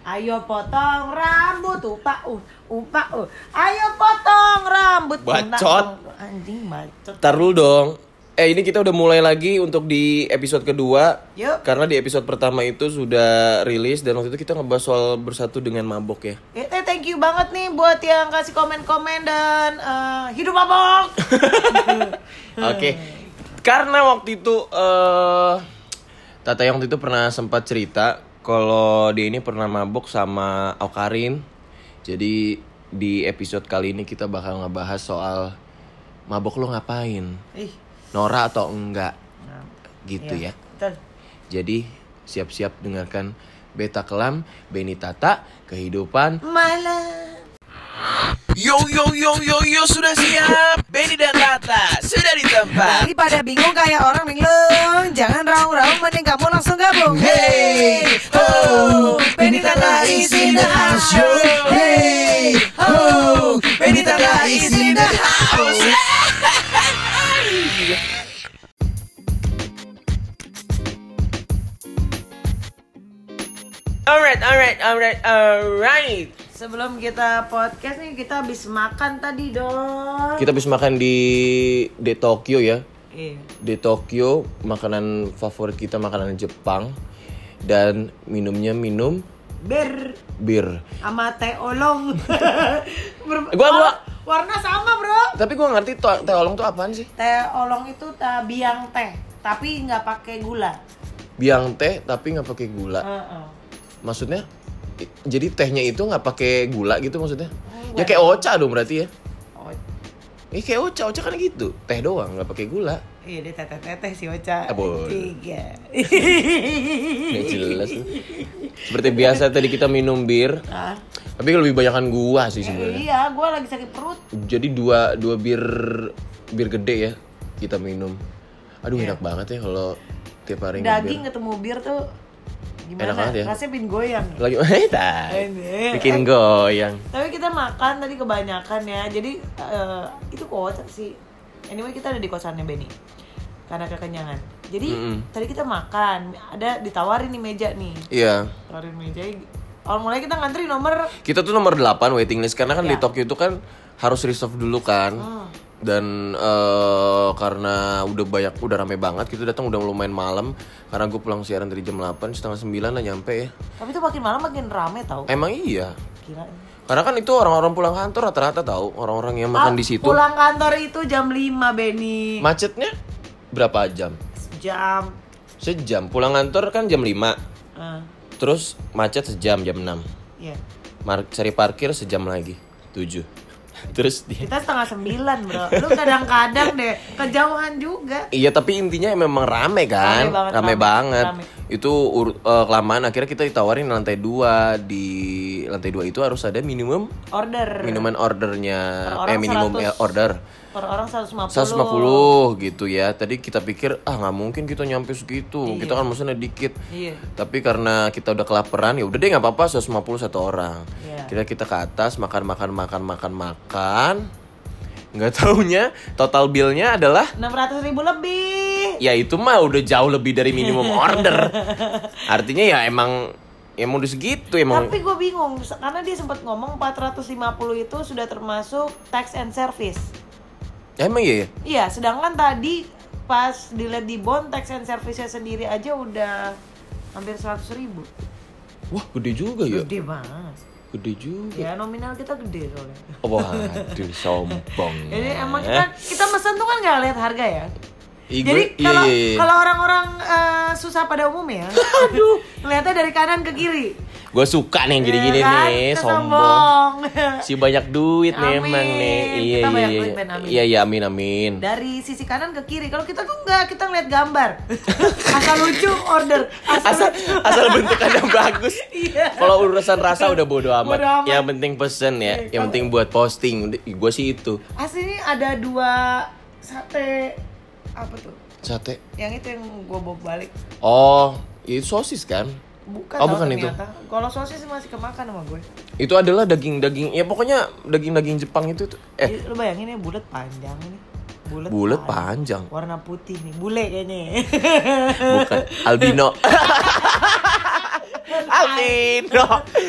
Ayo potong rambut ayo potong rambut. Bacot. Anjing bacot. Tar dulu dong. Ini kita udah mulai lagi untuk di episode kedua. Yuk. Karena di episode pertama itu sudah rilis dan waktu itu kita ngebahas soal bersatu dengan mabok ya. Thank you banget nih buat yang kasih komen-komen dan hidup mabok. Oke. Karena waktu itu Tata yang waktu itu pernah sempat cerita kalau dia ini pernah mabok sama Aukarin. Jadi di episode kali ini kita bakal ngebahas soal mabok lo ngapain? Nora atau enggak? Gitu ya. Betul. Jadi siap-siap dengarkan Beta Kelam, Benny Tata, kehidupan malam. Yo sudah siap. Benny dan Tata sudah di tempat. Daripada bingung kayak orang linglung, jangan raung-raung, mending kamu langsung gabung. Hey ho, Benny Tata is in the house. Yo, hey ho, Benny Tata is in the house. Alright. Sebelum kita podcast nih, kita habis makan tadi dong. Kita habis makan di Tokyo ya. Iya. Di Tokyo, makanan favorit kita makanan Jepang. Dan minumnya bir Sama teh olong. Gua warna sama, Bro. tapi gua ngerti teh olong tuh apaan sih? Teh olong itu biang teh, tapi nggak pakai gula. Biang teh tapi nggak pakai gula. Maksudnya jadi tehnya itu nggak pakai gula gitu maksudnya? Ya kayak ocha dong berarti ya? Kayak ocha kan gitu, teh doang nggak pakai gula. Iya, dia teteh si Ocha. Tiga. Nggak jelas. Seperti biasa tadi kita minum bir. Tapi lebih banyakan gua sih sebenarnya. Iya, gua lagi sakit perut. Jadi dua bir gede ya kita minum. Aduh enak banget ya kalau tiap hari daging ketemu bir tuh gimana? Enak banget ya. Rasanya bikin goyang. Lagi bikin goyang. Tapi kita makan tadi kebanyakan ya. Jadi itu kocak sih. Anyway, kita ada di kosannya Benny karena kekenyangan. Jadi tadi kita makan, ada ditawarin nih meja nih. Iya. Tawarin meja. Awal mulai kita ngantri nomor. Kita tuh nomor 8 waiting list karena kan di Tokyo itu kan harus reserve dulu kan. Dan karena udah rame banget, kita datang udah lumayan malam. Karena gue pulang siaran dari jam 8, setengah 9 lah nyampe ya. Tapi itu makin malam makin rame tau. Emang iya. Gila. Karena kan itu orang-orang pulang kantor rata-rata tahu, orang-orang yang makan di situ. Pulang kantor itu jam 5, Benny. Macetnya berapa jam? Sejam. Pulang kantor kan jam 5. Terus macet sejam, jam 6. Iya. Cari parkir sejam lagi, 7. Terus kita setengah 9, Bro. Lu kadang-kadang deh kejauhan juga. Iya, tapi intinya memang rame kan. Rame banget. Itu kelamaan, akhirnya kita ditawarin lantai 2. Di lantai 2 itu harus ada minuman ordernya. Minimum order. Per orang 150 gitu ya. Tadi kita pikir nggak mungkin kita nyampe segitu. Iya. Kita kan maksudnya dikit. Iya. Tapi karena kita udah kelaparan, ya udah deh nggak apa-apa 150 satu orang. Iya. Kita ke atas makan. Nggak taunya total billnya adalah 600.000 lebih. Ya itu mah udah jauh lebih dari minimum order. Artinya ya emang udah segitu emang. Tapi gue bingung karena dia sempat ngomong 450 itu sudah termasuk tax and service. Emang iya ya? Iya, sedangkan tadi pas dilihat di bond tax and service-nya sendiri aja udah hampir 100.000. Wah, gede juga ya? Gede banget. Gede juga. Ya nominal kita gede soalnya. Waduh, sombong. Jadi emang kita mesen tuh kan nggak lihat harga ya. Jadi kalau orang-orang susah pada umumnya, ngeliatnya dari kanan ke kiri. Gue suka nih yang gini-gini kan? nih, sombong. Si banyak duit amin. Memang nih. Kita banyak duit, Ben, amin. Iya, amin. Dari sisi kanan ke kiri. Kalau kita tuh enggak, kita ngeliat gambar. Asal lucu order. Asal bentukannya bagus. Iya. Kalau urusan rasa udah bodo amat. Yang penting pesen ya. Yang penting buat posting. Gue sih itu. Asli ini ada 2 sate. Apa tuh? Sate. Yang itu yang gue bawa balik. Oh, itu sosis kan? Bukan itu. Kalau sosis masih kemakan sama gue. Itu adalah daging-daging, ya pokoknya daging-daging Jepang itu tuh. Lu bayangin ya bulat panjang ini. Bulat panjang. Warna putih nih, bule kayaknya. Bukan albino. Alvino.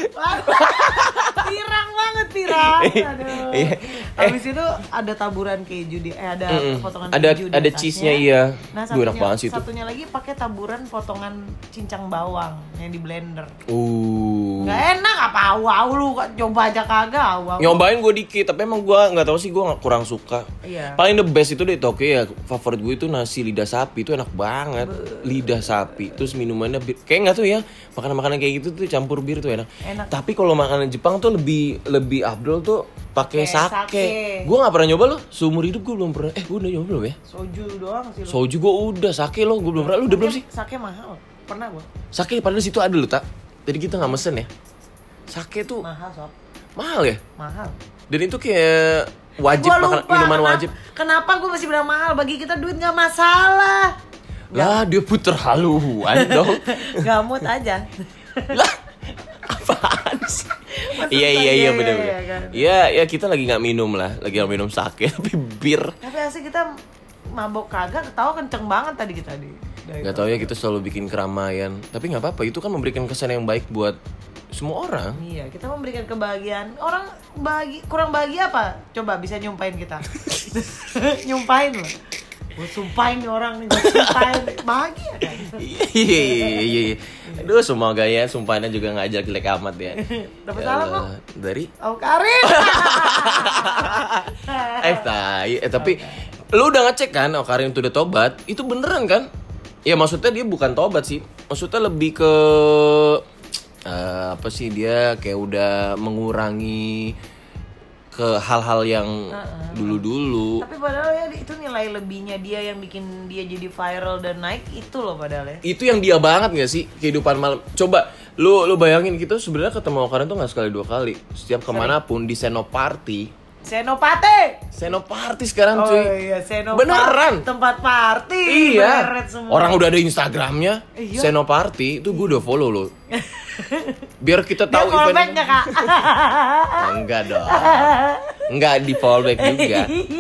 Tirang banget tirang. Aduh. Iya. Habis itu ada taburan keju di ada potongan Ada keju di ada atasnya. cheese-nya iya. Nah, Duh, enak banget sih itu. satunya lagi pakai taburan potongan cincang bawang yang di blender. Nggak Nggak enak apa wow lu coba aja kagak wow. Nyobain gue dikit, tapi emang gue nggak tahu sih, gue kurang suka. Iya. Paling the best itu di Tokyo ya, favorit gue itu nasi lidah sapi, itu enak banget. Lidah sapi, terus minumannya kayak nggak tuh ya, makanan-makanan kayak gitu tuh campur bir tuh enak. Enak. Tapi kalau makanan Jepang tuh lebih afdol tuh pakai Sake. sake. Gue nggak pernah nyoba loh, seumur hidup gue belum pernah. Gue udah nyoba belum ya? Soju doang sih lu. Soju gue udah, sake lo gue belum pernah. Lu udah belum sih? Sake mahal. Pernah gua. Sake padahal situ ada loh tak. Jadi kita nggak mesen ya. Sake tuh Mahal sob. mahal ya. Mahal. Dan itu kayak wajib Gua makan lupa, minuman wajib. Kenapa gue masih bilang mahal? Bagi kita duit nggak masalah. Lah dia puter haluan dong. Nggak mood aja. Lah apaan sih? Maksud Iya saya, bener. iya, kan. Iya ya kita lagi nggak minum lah, lagi nggak minum sake tapi bir. Tapi asli kita mabok kagak, ketawa kenceng banget tadi kita di. Gak tau ya, kita selalu bikin keramaian. Tapi nggak apa-apa, itu kan memberikan kesan yang baik buat semua orang. Iya, kita memberikan kebahagiaan. Orang kurang bahagia apa? Coba bisa nyumpain kita. Nyumpain loh. Gue sumpahin nih orang nih, gue sumpahin. Bahagia kan? Iya. Aduh semoga ya sumpahnya juga nggak jelek-jelek amat ya. Dapat Ya salam Allah. kok. Dari Oh Karin. tapi lu udah ngecek kan Karin itu udah tobat? Itu beneran kan? Ya maksudnya dia bukan tobat sih. Maksudnya lebih ke apa sih, dia kayak udah mengurangi ke hal-hal yang dulu-dulu. Tapi padahal ya itu nilai lebihnya dia yang bikin dia jadi viral dan naik itu loh padahal ya. Itu yang dia banget gak sih, kehidupan malam. Coba lu bayangin, kita sebenarnya ketemu Karin tuh gak sekali dua kali. Setiap kemanapun di Senoparty. Senoparty sekarang cuy. Oh iya, Senoparty. Beneran. Tempat party. Iya. Beret semua. Orang udah ada Instagramnya. Iya. Senoparty itu gue udah follow loh. Biar kita Dia tahu fallback nggak kak? Enggak dong. Enggak di fallback juga.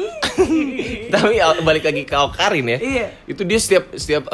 Tapi balik lagi ke Karin ya. Iya. Itu dia setiap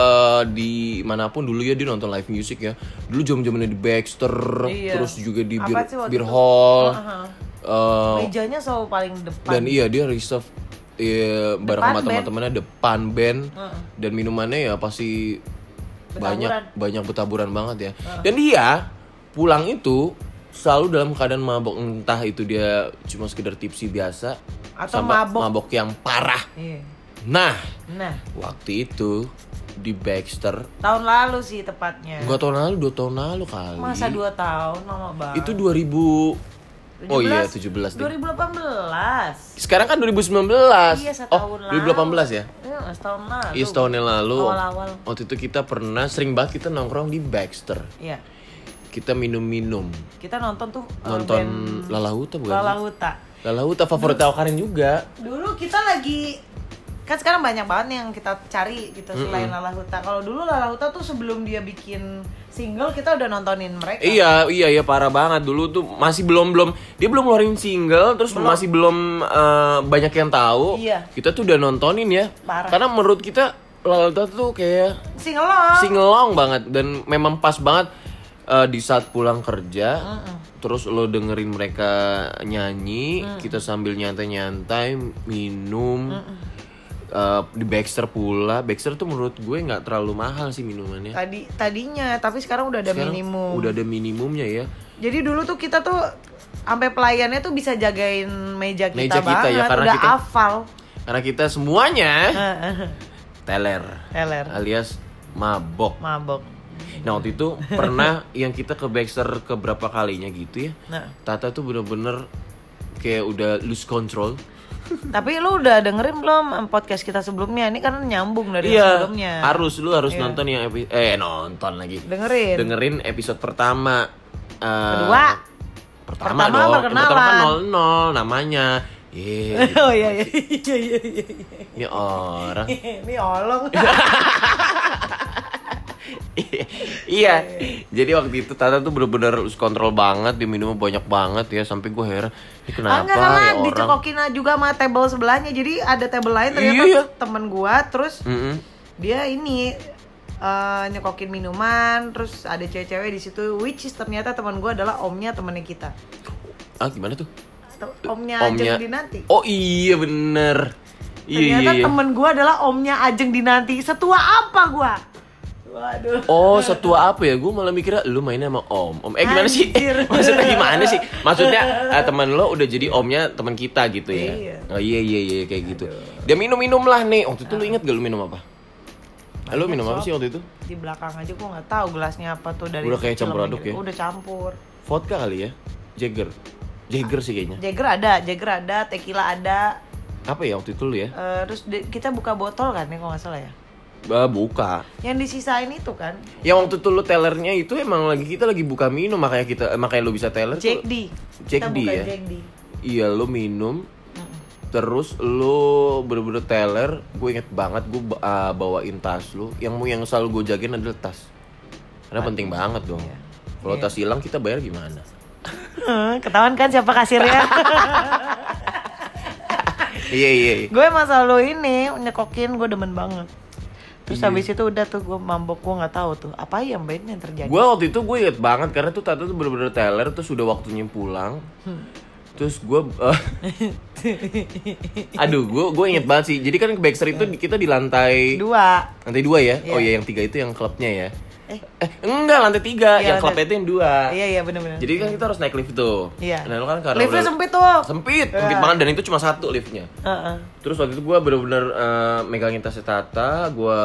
di manapun dulu ya, dia nonton live music ya. Dulu zaman-zamannya di Baxter, Iya. terus juga di Apa sih waktu Beer itu? Hall. Mejanya selalu paling depan. Dan iya dia reserve bareng sama band. teman-temannya depan band. Dan minumannya ya pasti banyak bertaburan banget ya. Dan dia pulang itu selalu dalam keadaan mabok, entah itu dia cuma sekedar tipsi biasa Atau sama mabok yang parah. Iya. Nah, Nah, waktu itu di Baxter, tahun lalu sih tepatnya. 2 tahun lalu kali. Masa 2 tahun lama banget. Itu 2000. Oh iya, 17 deh. 2018. Sekarang kan 2019. Iya, setahun lalu. 2018 ya? Iya, setahun lalu. Iya, setahun yang lalu. Awal-awal. Waktu itu kita pernah sering banget kita nongkrong di Baxter. Iya. Kita minum-minum. Kita nonton tuh Nonton band Lalahuta bukan? Lalahuta. Lalahuta favorit Karin juga. Dulu kita lagi kan sekarang banyak banget yang kita cari gitu selain Lalahuta. Kalau dulu Lalahuta tuh sebelum dia bikin single kita udah nontonin mereka. Iya parah banget. Dulu tuh masih belum dia belum ngeluarin single, terus masih belum banyak yang tahu. Iya. Kita tuh udah nontonin ya. Parah. Karena menurut kita Lalahuta tuh kayak singelong banget, dan memang pas banget di saat pulang kerja. Terus lo dengerin mereka nyanyi, kita sambil nyantai-nyantai minum. Di Baxter pula. Baxter tuh menurut gue nggak terlalu mahal sih minumannya. Tadinya, tapi sekarang udah ada Sekarang minimum. Udah ada minimumnya ya. Jadi dulu tuh kita tuh sampai pelayannya tuh bisa jagain meja kita banget, ya, karena udah kita hafal. Karena kita semuanya teler alias mabok. Nah waktu itu pernah yang kita ke Baxter keberapa kalinya gitu ya. Nah. Tata tuh bener-bener kayak udah lose control. Tapi lu udah dengerin belum podcast kita sebelumnya? Ini kan nyambung dari yang sebelumnya. Lu harus nonton yang nonton lagi. Dengerin episode pertama. Kedua. Pertama dong. Perkenalan. Pertama kan 00 namanya. Gitu. Oh iya. Ini orang. Ini olong. Iya. Jadi waktu itu Tata tuh bener-bener lose control banget, dia minumnya banyak banget ya, sampai gue heran ini kenapa Enggak, ya orang. dicekokin juga sama table sebelahnya. Jadi ada table lain ternyata temen gua, terus dia ini nyekokin minuman, terus ada cewek-cewek di situ, which is ternyata teman gue adalah omnya temannya kita. Gimana tuh? Omnya Ajeng Dinanti. Oh iya bener. Ternyata iya. temen gue adalah omnya Ajeng Dinanti. Setua apa gue? Waduh. Oh, setua apa ya? Gue malah mikirnya lu mainnya sama om. Gimana sih? Maksudnya gimana sih? Maksudnya teman lo udah jadi omnya teman kita gitu ya? Iya. Oh iya kayak gitu. Dia minum lah nih. Waktu itu lu inget gak lu minum apa? Lu minum apa sih waktu itu? Di belakang aja gue nggak tahu gelasnya apa tuh dari. Udah kayak campur aduk ya? Udah campur. Vodka kali ya? Jagger sih kayaknya. Jagger ada, tequila ada. Apa ya waktu itu lu ya? Terus kita buka botol kan ya kalau nggak salah ya? Buka. Yang disisain itu kan? Yang waktu itu lu tellernya itu emang kita lagi buka minum makanya lu bisa teller. Jack D. Jack D ya? Jack D. Iya lu minum. Terus lu bener-bener teller, gue inget banget gue bawain tas lu. Yang selalu gue jagain adalah tas. Karena penting banget dong. Iya. Kalau tas hilang kita bayar gimana? Ketahuan kan siapa kasirnya? Iya. Gue emang selalu ini nyekokin, gue demen banget. Terus habis itu udah tuh gue mabok, gue nggak tahu tuh apa yang terjadi. Gue waktu itu gue inget banget karena tuh Tata tuh bener-bener teller, terus udah waktunya pulang. Terus gue gue inget banget sih. Jadi kan ke Baxter itu kita di lantai 2 ya? Yeah. Oh iya yang 3 itu yang klubnya ya? Enggak, lantai 3, yang klubnya itu yang 2. Iya bener-bener. Jadi kan kita harus naik lift tuh. Iya. Nah, kan karena liftnya sempit tuh. Sempit banget dan itu cuma 1 liftnya. Terus waktu itu gue bener-bener megangin tasnya Tata, gue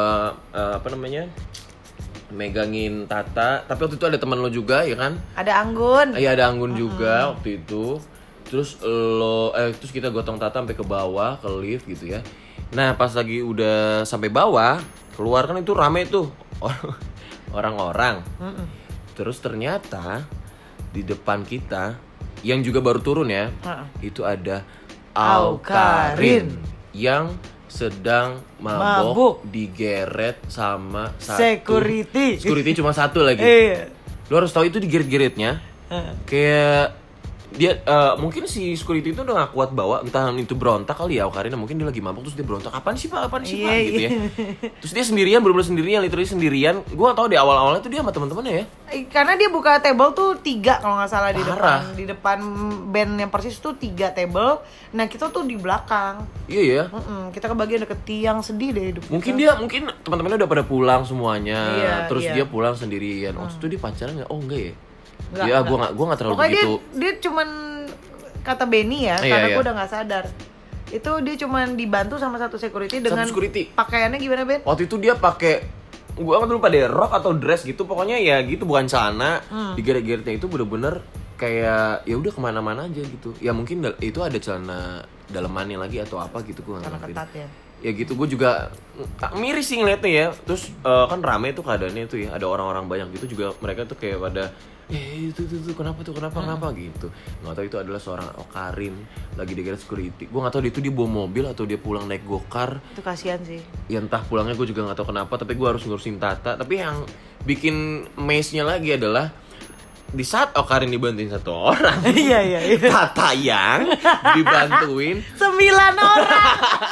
megangin Tata. Tapi waktu itu ada teman lo juga ya kan? Ada Anggun. Iya ada Anggun juga waktu itu. Terus terus kita gotong Tata sampai ke bawah ke lift gitu ya. Nah pas lagi udah sampai bawah keluar kan itu rame tuh orang-orang. Terus ternyata di depan kita yang juga baru turun ya, itu ada Aukarin yang sedang mabok digeret sama security cuma 1 lagi. Lu harus tahu itu digeret-geretnya kayak dia mungkin si security itu udah gak kuat bawa, entah itu berontak kali ya Aukarin, mungkin dia lagi mabuk terus dia berontak, apaan sih pak gitu ya. Terus dia sendirian, bener-bener sendirian, literally sendirian. Gue gak tau di awal-awalnya tuh dia sama teman-temannya ya. Karena dia buka table tuh 3 kalau nggak salah di depan band yang persis tuh 3 table. Nah kita tuh di belakang. Iya ya. Kita kebagian deket tiang, sedih deh hidup. Mungkin teman-temannya udah pada pulang semuanya. Terus dia pulang sendirian. Waktu itu dia pacaran nggak? Oh enggak ya. Iya, gue nggak terlalu pokoknya begitu. Dia cuman kata Benny ya, karena gue udah nggak sadar. Itu dia cuman dibantu sama satu security dengan pakaiannya gimana Ben? Waktu itu dia pakai, gue nggak lupa deh, rok atau dress gitu, pokoknya ya gitu, bukan celana. Digeret-geretnya itu bener-bener kayak ya udah kemana-mana aja gitu. Ya mungkin itu ada celana dalemannya lagi atau apa gitu, gue nggak ngerti. Ketat ya. Ya gitu, gue juga miris sih ngeliatnya ya. Terus kan rame tuh keadaannya tuh ya, ada orang-orang banyak gitu juga, mereka tuh kayak pada itu kenapa gitu. Nggak tahu itu adalah seorang Aukarin lagi digeret security. Gue nggak tahu itu dia bawa mobil atau dia pulang naik gokar. Itu kasihan sih. Ya entah pulangnya gue juga nggak tahu kenapa, tapi gue harus ngurusin Tata. Tapi yang bikin maze-nya lagi adalah di saat Aukarin dibantuin 1 orang, iya. Tata yang dibantuin 9 orang.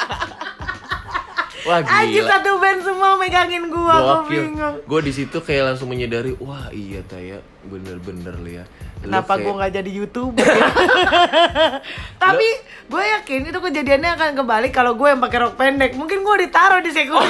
Wah gila. Anjir, satu band semua megangin gua bingung. Gua di situ kayak langsung menyadari, wah iya Taya, bener-bener li ya. Kenapa kayak... gua nggak jadi YouTuber? Tapi gue yakin itu kejadiannya akan kembali kalau gue yang pakai rok pendek. Mungkin gua ditaruh di security.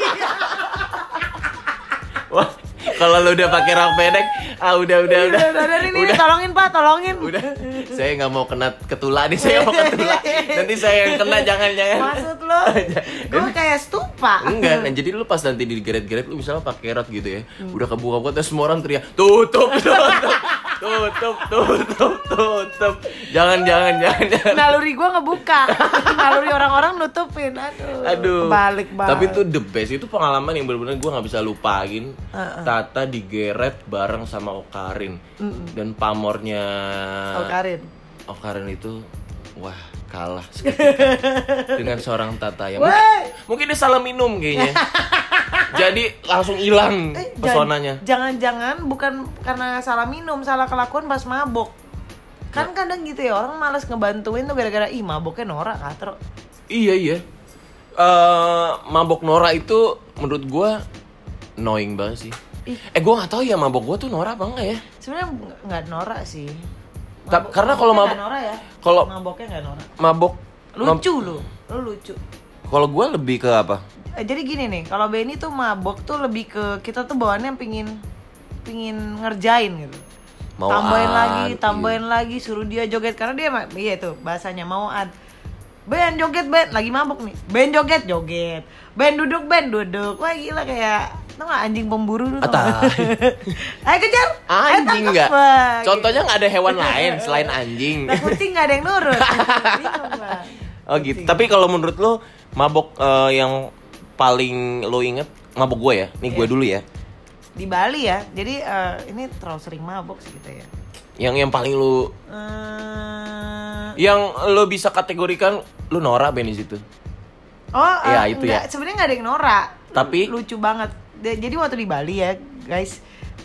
Wah, kalau lu udah pakai rok pendek, udah. Ini tolongin Pak, tolongin. Udah. Saya nggak mau kena ketula nih, saya mau ketula. Nanti saya yang kena, jangan. Maksud lo? Gue kayak stupa. Enggak, nah, jadi lu pas nanti digeret-geret lu misalnya pakai rok gitu ya. Udah kebuka terus semua orang teriak, tutup. Jangan. Naluri gue ngebuka. Naluri orang-orang nutupin. Aduh. Balik. Tapi itu the best, itu pengalaman yang benar-benar gue nggak bisa lupain. Tata digeret bareng sama Aukarin. Dan pamornya Aukarin itu wah kalah seketika dengan seorang Tata yang mungkin dia salah minum kayaknya. Jadi langsung hilang pesonanya. Jangan-jangan bukan karena salah minum, salah kelakuan pas mabok. Kan kadang gitu ya, orang malas ngebantuin tuh gara-gara maboknya norak katro. Iya. Mabok norak itu menurut gua annoying banget sih. Ih. Gue nggak tahu ya mabok gue tuh norak apa enggak ya? Sebenarnya nggak norak sih. Karena kalau maboknya nggak norak ya. kalau maboknya nggak norak. mabok Lucu lu lucu. Kalau gue lebih ke apa? Jadi gini nih, kalau Benny tuh mabok tuh lebih ke kita tuh bawaannya pingin ngerjain gitu. Tambahin lagi, suruh dia joget karena dia iya tuh bahasanya mauan. Ben joget Ben, lagi mabok nih. Ben joget. Ben duduk. Wah gila kayak tau gak anjing pemburu dulu. Ayo kejar. Anjing nggak? Contohnya nggak ada hewan lain selain anjing. Nah kucing nggak ada yang nurut. Bingung lah. Oh gitu. Tapi kalau menurut lo mabok yang paling lo inget mabok gue ya? Nih gue dulu ya. Di Bali ya. Jadi ini terlalu sering mabok sih kita ya. Yang paling lo yang lo bisa kategorikan lo norak Ben di situ. Oh, ya, itu enggak, ya. Sebenarnya nggak ada yang norak. Tapi lucu banget. Jadi waktu di Bali ya, guys.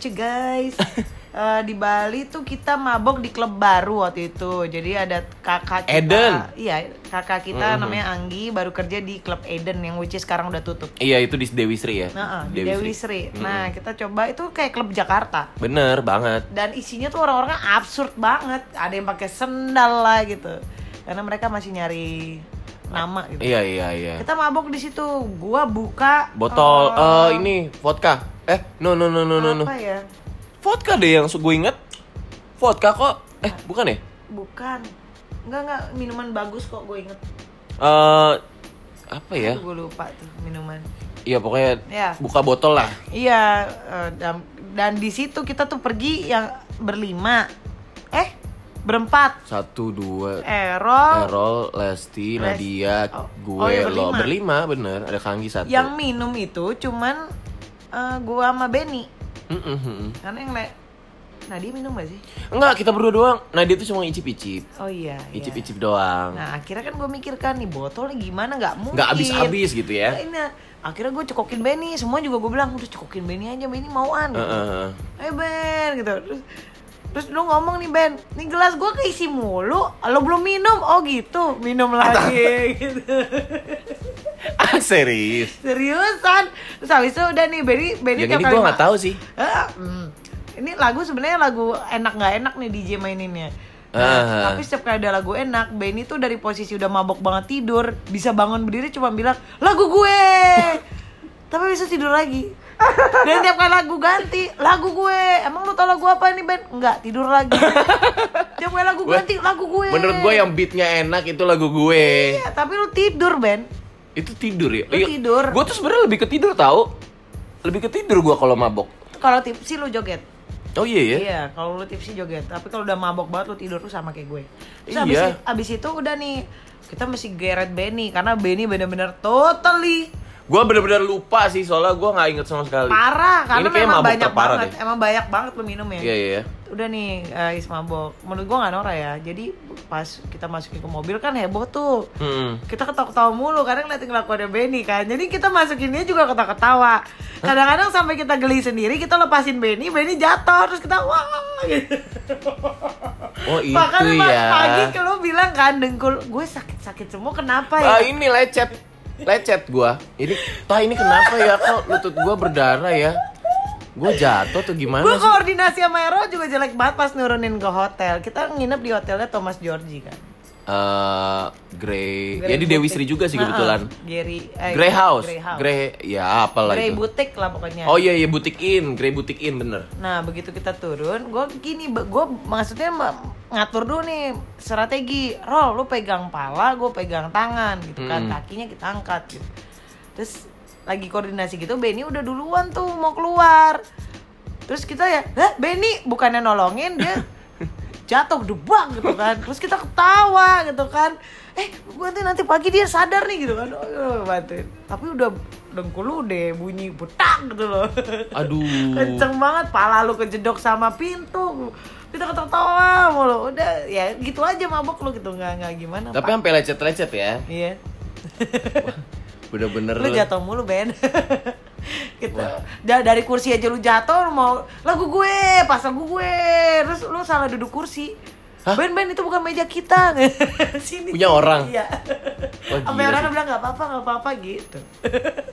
Di Bali tuh kita mabok di klub baru waktu itu. Jadi ada kakak kita. Eden. Iya, kakak kita namanya Anggi baru kerja di klub Eden yang which is sekarang udah tutup. Iya, itu di Dewi Sri ya. Di Dewi Sri. Nah, kita coba itu kayak klub Jakarta. Bener banget. Dan isinya tuh orang-orangnya absurd banget. Ada yang pakai sendal lah gitu. Karena mereka masih nyari nama gitu. Iya. Kita mabok di situ. Gua buka botol ini vodka. No. Apa ya? Vodka deh yang gue inget. Vodka kok. Bukan ya? Bukan. Enggak minuman bagus kok gue inget. Apa ya? Gue lupa tuh minuman. Iya pokoknya Ya. buka botol lah. Iya, dan di situ kita tuh pergi yang berlima. Berempat. 1, 2 Errol, Lesti, Nadia, gue, iya, lo berlima bener. Ada Kanggi 1. Yang minum itu cuman gue sama Benny. Karena yang Nadia minum gak sih? Enggak, kita berdua doang. Nadia tuh cuma icip-icip. Oh iya. Icip-icip doang. Nah akhirnya kan gue mikirkan nih botolnya gimana, nggak mungkin. Nggak habis-habis gitu ya. Nah, akhirnya gue cekokin Benny. Semua juga gue bilang udah cekokin Benny aja, Benny mauan. Gitu. Ayo Ben gitu. Terus lu ngomong nih Ben, nih gelas gue keisi mulu, lo belum minum, oh gitu, minum lagi gitu. Serius? Seriusan. Terus habis itu udah nih Benny yang ini gue nggak tahu sih. Ini lagu sebenarnya lagu enak nggak enak nih DJ maininnya. Nah, tapi setiap kali ada lagu enak, Benny tuh dari posisi udah mabok banget tidur, bisa bangun berdiri cuma bilang lagu gue, tapi bisa tidur lagi. Dan tiap kali lagu ganti, lagu gue. Emang lu tau lagu apa nih Ben? Enggak, tidur lagi. Tiap kali lagu ganti, lagu gue. Menurut gue yang beatnya enak itu lagu gue. Iya, tapi lu tidur Ben. Itu tidur ya? Lu tidur. Gue tuh sebenarnya lebih ke tidur tau. Lebih ke tidur gue kalau mabok. Kalau tipsi lu joget. Oh iya ya? Iya, kalau lu tipsi joget. Tapi kalau udah mabok banget lu tidur tuh sama kayak gue. Terus iya. abis itu udah nih, kita mesti geret Benny. Karena Benny bener-bener totally gue bener-bener lupa sih, soalnya gue nggak inget sama sekali. parah, karena memang banyak banget deh. emang banyak banget lu minum ya. Iya. Udah nih guys mabok. Menurut gue nggak norak ya. Jadi pas kita masukin ke mobil kan heboh tuh. Kita ketawa-ketawa mulu karena ngeliatin kelakuannya Benny kan. Jadi kita masukinnya juga ketawa-ketawa. Kadang-kadang sampai kita geli sendiri, kita lepasin Benny jatuh terus kita wah gitu. Oh itu Makanya ya. pagi kalau bilang kan dengkul gue sakit semua kenapa ya? Ini lecet gua. Ini kenapa ya kok lutut gua berdarah ya? Gua jatuh tuh gimana Gue sih? koordinasi sama Ero juga jelek banget pas nurunin ke hotel. Kita nginep di hotelnya Thomas Georgie kan. Grey. Ya di Dewi Sri juga sih kebetulan. Grey House. Grey ya apalah Grey itu. Boutique lah pokoknya. Oh iya Boutique Inn, Grey Boutique Inn bener. Nah begitu kita turun, gue maksudnya ngatur dulu nih strategi. Roll, lu pegang pala, gue pegang tangan gitu kan, kakinya kita angkat gitu. Terus lagi koordinasi gitu, Benny udah duluan tuh mau keluar. Terus kita ya, Benny bukannya nolongin dia jatuh debak gitu kan. Terus kita ketawa gitu kan. Nanti pagi dia sadar nih gitu kan. Bantuin. Tapi udah dengkul lu deh bunyi butak gitu loh. Aduh. Kenceng banget, pala lu kejedok sama pintu. Kita ketawa mulu. Udah ya gitu aja mabok lu gitu, nggak gimana. Tapi sampai lecet-lecet ya. Iya. Bener-bener lu jatuh mulu Ben. Kita dari kursi aja lu jatuh, lu mau lagu gue, pas lagu gue, terus lu salah duduk kursi. Hah? Ben itu bukan meja kita. Sini punya orang. Iya. Sampai orang bilang nggak apa-apa gitu.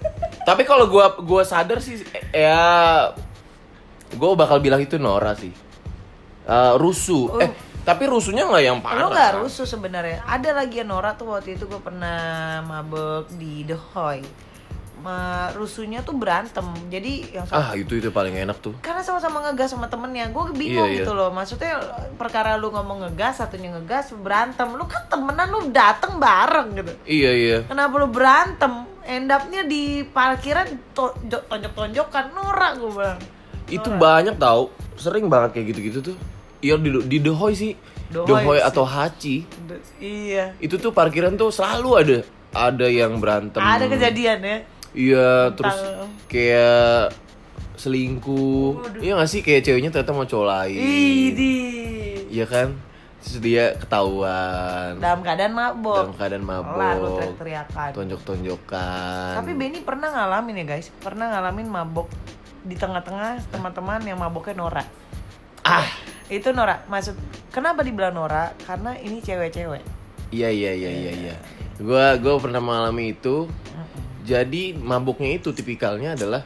Tapi kalau gua sadar sih ya gua bakal bilang itu Nora sih. Rusuh. Tapi rusuhnya nggak yang parah. Lo nggak rusuh sebenarnya. Ada lagi yang Nora tuh waktu itu gue pernah mabek di The Hoy. Rusuhnya tuh berantem. Jadi yang itu paling enak tuh. Karena sama-sama ngegas sama temennya. Gue bingung gitu loh. Maksudnya perkara lu ngomong ngegas, satunya ngegas, berantem. Lu kan temenan, lu dateng bareng gitu. Iya. Kenapa lu berantem? End up-nya di parkiran tonjok-tonjokan. Norak gue bilang. Itu banyak tau. Sering banget kayak gitu-gitu tuh. Iya di The Hoy sih. The Hoy atau Haci. Iya. Itu tuh parkiran tuh selalu ada yang berantem. Ada kejadian ya. Iya, terus kayak selingkuh. Iya gak sih, kayak ceweknya ternyata mau cowok lain. Iya kan? Terus dia ketahuan Dalam keadaan mabok. Lalu teriak-teriakan. Tonjok-tonjokan. Tapi Benny pernah ngalamin ya guys. Pernah ngalamin mabok di tengah-tengah teman-teman yang maboknya Nora. Itu Nora. Kenapa dibilang Nora? Karena ini cewek-cewek. Iya. Gua pernah mengalami itu. Jadi mabuknya itu tipikalnya adalah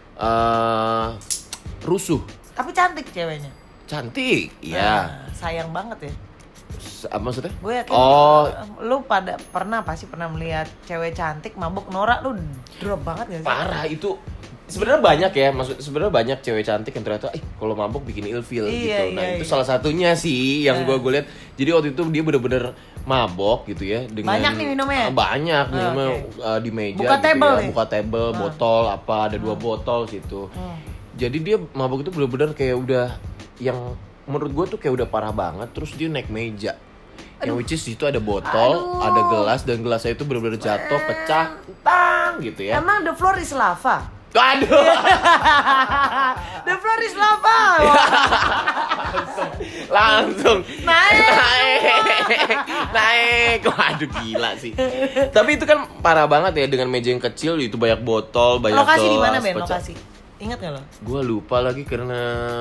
rusuh. Tapi cantik ceweknya. Cantik, iya. Sayang banget ya. Apa maksudnya? Gue yakin lu pernah melihat cewek cantik mabuk Nora, lu drop banget gak sih? Parah itu. Sebenarnya banyak ya, sebenarnya banyak cewek cantik yang ternyata kalau mabuk bikin ilfeel gitu. Nah, itu salah satunya sih yang gue lihat. Jadi waktu itu dia bener-bener mabok gitu ya dengan banyak nih minumnya. Banyak minumnya di meja buka gitu table ya. Buka table, botol ada 2 botol situ. Jadi dia mabok itu bener-bener kayak udah yang menurut gue tuh kayak udah parah banget. Terus dia naik meja. Yang which is itu ada botol, ada gelas, dan gelasnya itu bener-bener jatuh, pecah, tang gitu ya. Emang the floor is lava? Aduh. The floor is lava. Langsung naik. Waduh gila sih. Tapi itu kan parah banget ya, dengan meja yang kecil itu banyak botol, banyak lokasi gelas. Di mana Ben? Lokasi. Ingat gak lo? Gue lupa lagi karena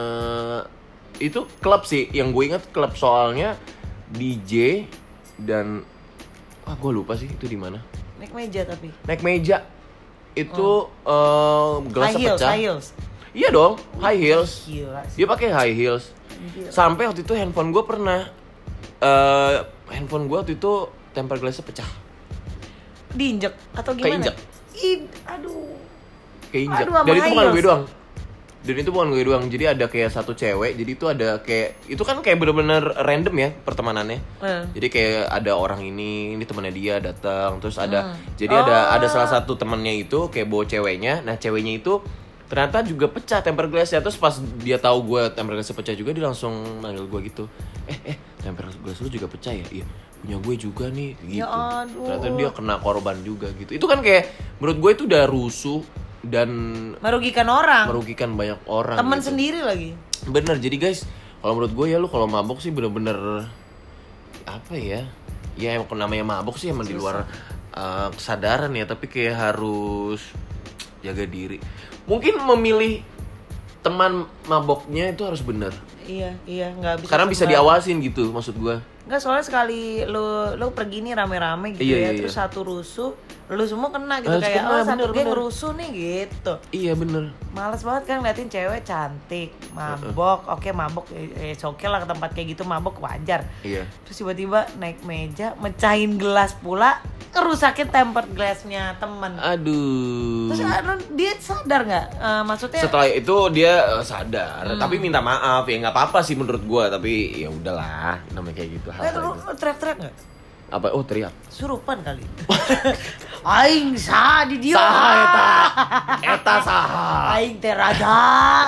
itu klub sih. Yang gue ingat klub soalnya DJ dan gue lupa sih itu di mana. Naik meja tapi. Naik meja. Itu gelasnya pecah. High heels. Iya dong, high heels. Gila sih. Dia pakai high heels. Gila. Sampai waktu itu handphone gue pernah handphone gue waktu itu tempered glassnya pecah. Diinjek atau gimana? Keinjek. Keinjek. Dan itu bukan gue doang. Jadi ada kayak satu cewek. Jadi itu ada kayak, itu kan kayak bener-bener random ya pertemanannya. Jadi kayak ada orang ini temannya dia datang. Terus ada, jadi ada salah satu temannya itu kayak bawa ceweknya. Nah ceweknya itu ternyata juga pecah tempered glassnya. Terus pas dia tahu gue tempered glassnya pecah juga, dia langsung manggil gue gitu. Tempered glass lu juga pecah ya? Iya, punya gue juga nih gitu. Ya aduh. Ternyata dia kena korban juga gitu. Itu kan kayak menurut gue itu udah rusuh dan merugikan banyak orang. Teman gitu. sendiri lagi. Bener. Jadi guys, kalau menurut gue ya, lu kalau mabok sih bener-bener apa ya? Ya emang namanya mabok sih emang di luar kesadaran ya, tapi kayak harus jaga diri. Mungkin memilih teman maboknya itu harus bener. Iya, nggak bisa. Karena bisa diawasin gitu, maksud gue. Enggak, soalnya sekali lu pergi nih rame-rame gitu ya, terus satu rusuh, lu semua kena gitu, kayak satu geng rusuh nih gitu. Iya bener. Males banget kan ngeliatin cewek cantik mabok. Oke, mabok oke lah, ke tempat kayak gitu mabok wajar. Iya. Terus tiba-tiba naik meja, mecahin gelas pula, ngerusakin tempered glassnya temen. Aduh. Terus dia sadar nggak? Maksudnya setelah itu dia sadar, tapi minta maaf. Ya nggak apa-apa sih menurut gue, tapi ya udahlah, namanya kayak gitu. lu teriak-teriak nggak? Apa? Oh teriak. Surupan kali. Aing sah di dia. Eta saha. Aing teraja.